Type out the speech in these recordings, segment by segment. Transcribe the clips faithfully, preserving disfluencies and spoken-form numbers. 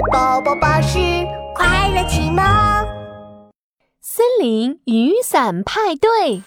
宝宝巴士快乐启蒙。 森林雨伞派对。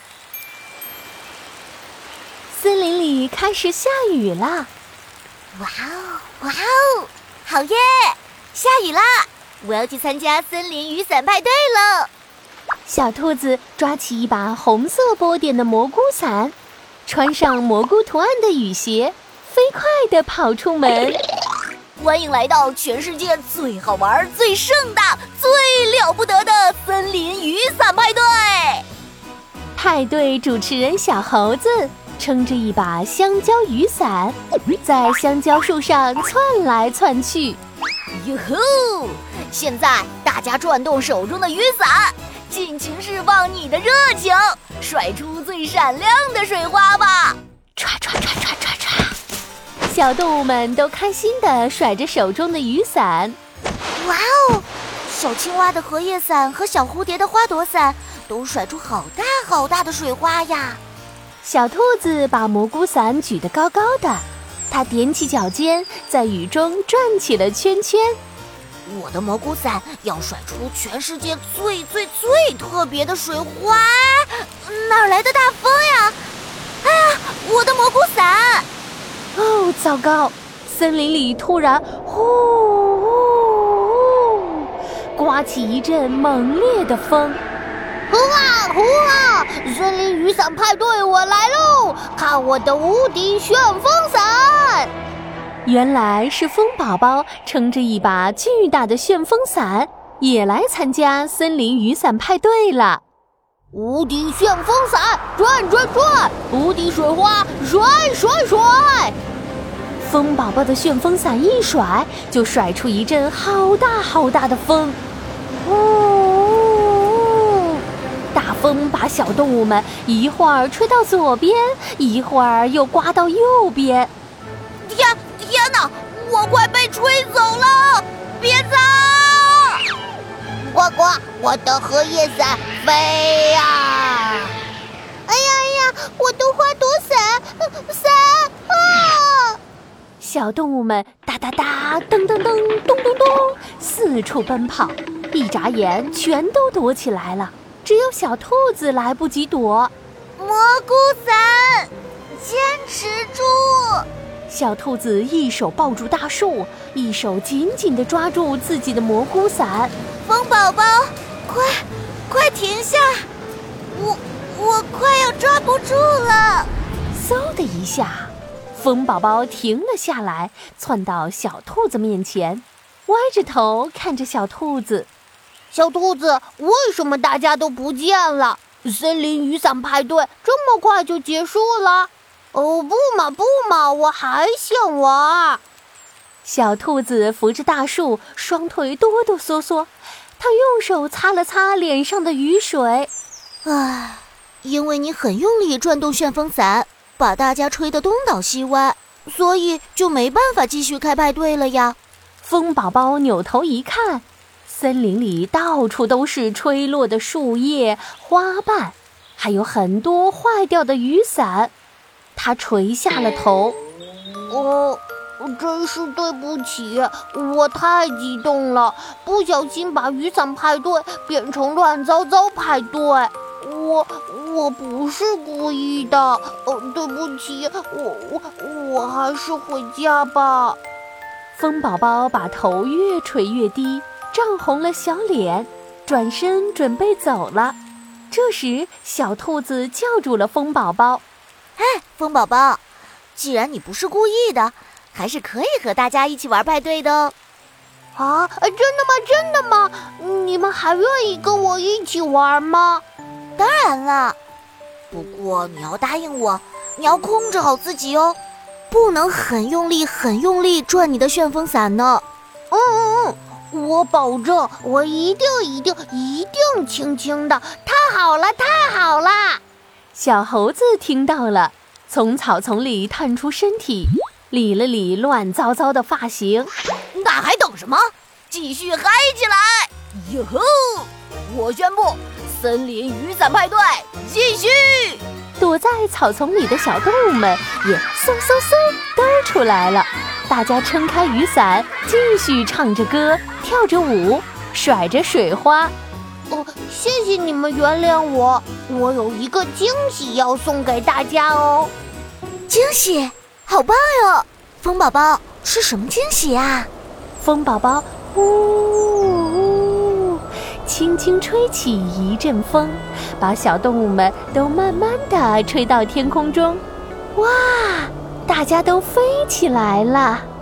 森林里开始下雨了。 哇哦哇哦，好耶！下雨啦！我要去参加森林雨伞派对了。 小兔子抓起一把红色波点的蘑菇伞，穿上蘑菇图案的雨鞋，飞快地跑出门。 欢迎来到全世界最好玩、最盛大、最了不得的森林雨伞派对！ 派对主持人小猴子撑着一把香蕉雨伞，在香蕉树上窜来窜去。 哟吼！现在大家转动手中的雨伞，尽情释放你的热情，甩出最闪亮的水花吧！ 唰唰唰唰唰唰，小动物们都开心地甩着手中的雨伞。 哇哦！小青蛙的荷叶伞和小蝴蝶的花朵伞都甩出好大好大的水花呀！ 小兔子把蘑菇伞举得高高的，它踮起脚尖，在雨中转起了圈圈。 我的蘑菇伞要甩出全世界最最最特别的水花！哪来的大风呀？哎呀，我的蘑菇伞！ 哦，糟糕！森林里突然呼呼呼，刮起一阵猛烈的风。 呼啊呼啊！森林雨伞派对我来喽！看我的无敌旋风伞！ 原来是风宝宝撑着一把巨大的旋风伞，也来参加森林雨伞派对了。 无敌旋风伞，转转转！无敌水花，甩甩甩！ 风宝宝的旋风伞一甩，就甩出一阵好大好大的风。呜呜呜！大风把小动物们一会儿吹到左边，一会儿又刮到右边。 天天哪，我快被吹走了！别走！呱呱，我的荷叶伞飞呀！哎呀哎呀，我的花朵伞伞啊！ 小动物们哒哒哒，噔噔噔，咚咚咚，四处奔跑，一眨眼全都躲起来了，只有小兔子来不及躲。 蘑菇伞，坚持住！ 小兔子一手抱住大树，一手紧紧地抓住自己的蘑菇伞。 风宝宝，快快停下！我我快要抓不住了！ 嗖的一下，风宝宝停了下来，窜到小兔子面前，歪着头看着小兔子。 小兔子，为什么大家都不见了？森林雨伞派对这么快就结束了？哦，不嘛不嘛，我还想玩。 小兔子扶着大树，双腿哆哆嗦嗦，它用手擦了擦脸上的雨水。 唉，因为你很用力转动旋风伞，把大家吹得东倒西歪，所以就没办法继续开派对了呀。 风宝宝扭头一看，森林里到处都是吹落的树叶、花瓣，还有很多坏掉的雨伞。他垂下了头。 哦，真是对不起，我太激动了，不小心把雨伞派对变成乱糟糟派对。我我不是故意的，哦，对不起，我我我还是回家吧。 风宝宝把头越垂越低，涨红了小脸，转身准备走了。这时，小兔子叫住了风宝宝。 哎，风宝宝，既然你不是故意的，还是可以和大家一起玩派对的哦。啊，真的吗？真的吗？你们还愿意跟我一起玩吗？当然了，不过你要答应我，你要控制好自己哦，不能很用力很用力转你的旋风伞呢。嗯嗯嗯，我保证，我一定一定一定轻轻的。太好了，太好了！ 小猴子听到了，从草丛里探出身体，理了理乱糟糟的发型。 那还等什么？继续嗨起来！哟吼！我宣布，森林雨伞派对继续！ 躲在草丛里的小动物们也嗖嗖嗖嘚出来了，大大家撑开雨伞，继续唱着歌，跳着舞，甩着水花。 哦，谢谢你们原谅我，我有一个惊喜要送给大家哦。惊喜？好棒哟！风宝宝，是什么惊喜啊？ 风宝宝呜呜，轻轻吹起一阵风，把小动物们都慢慢地吹到天空中。哇，大家都飞起来了。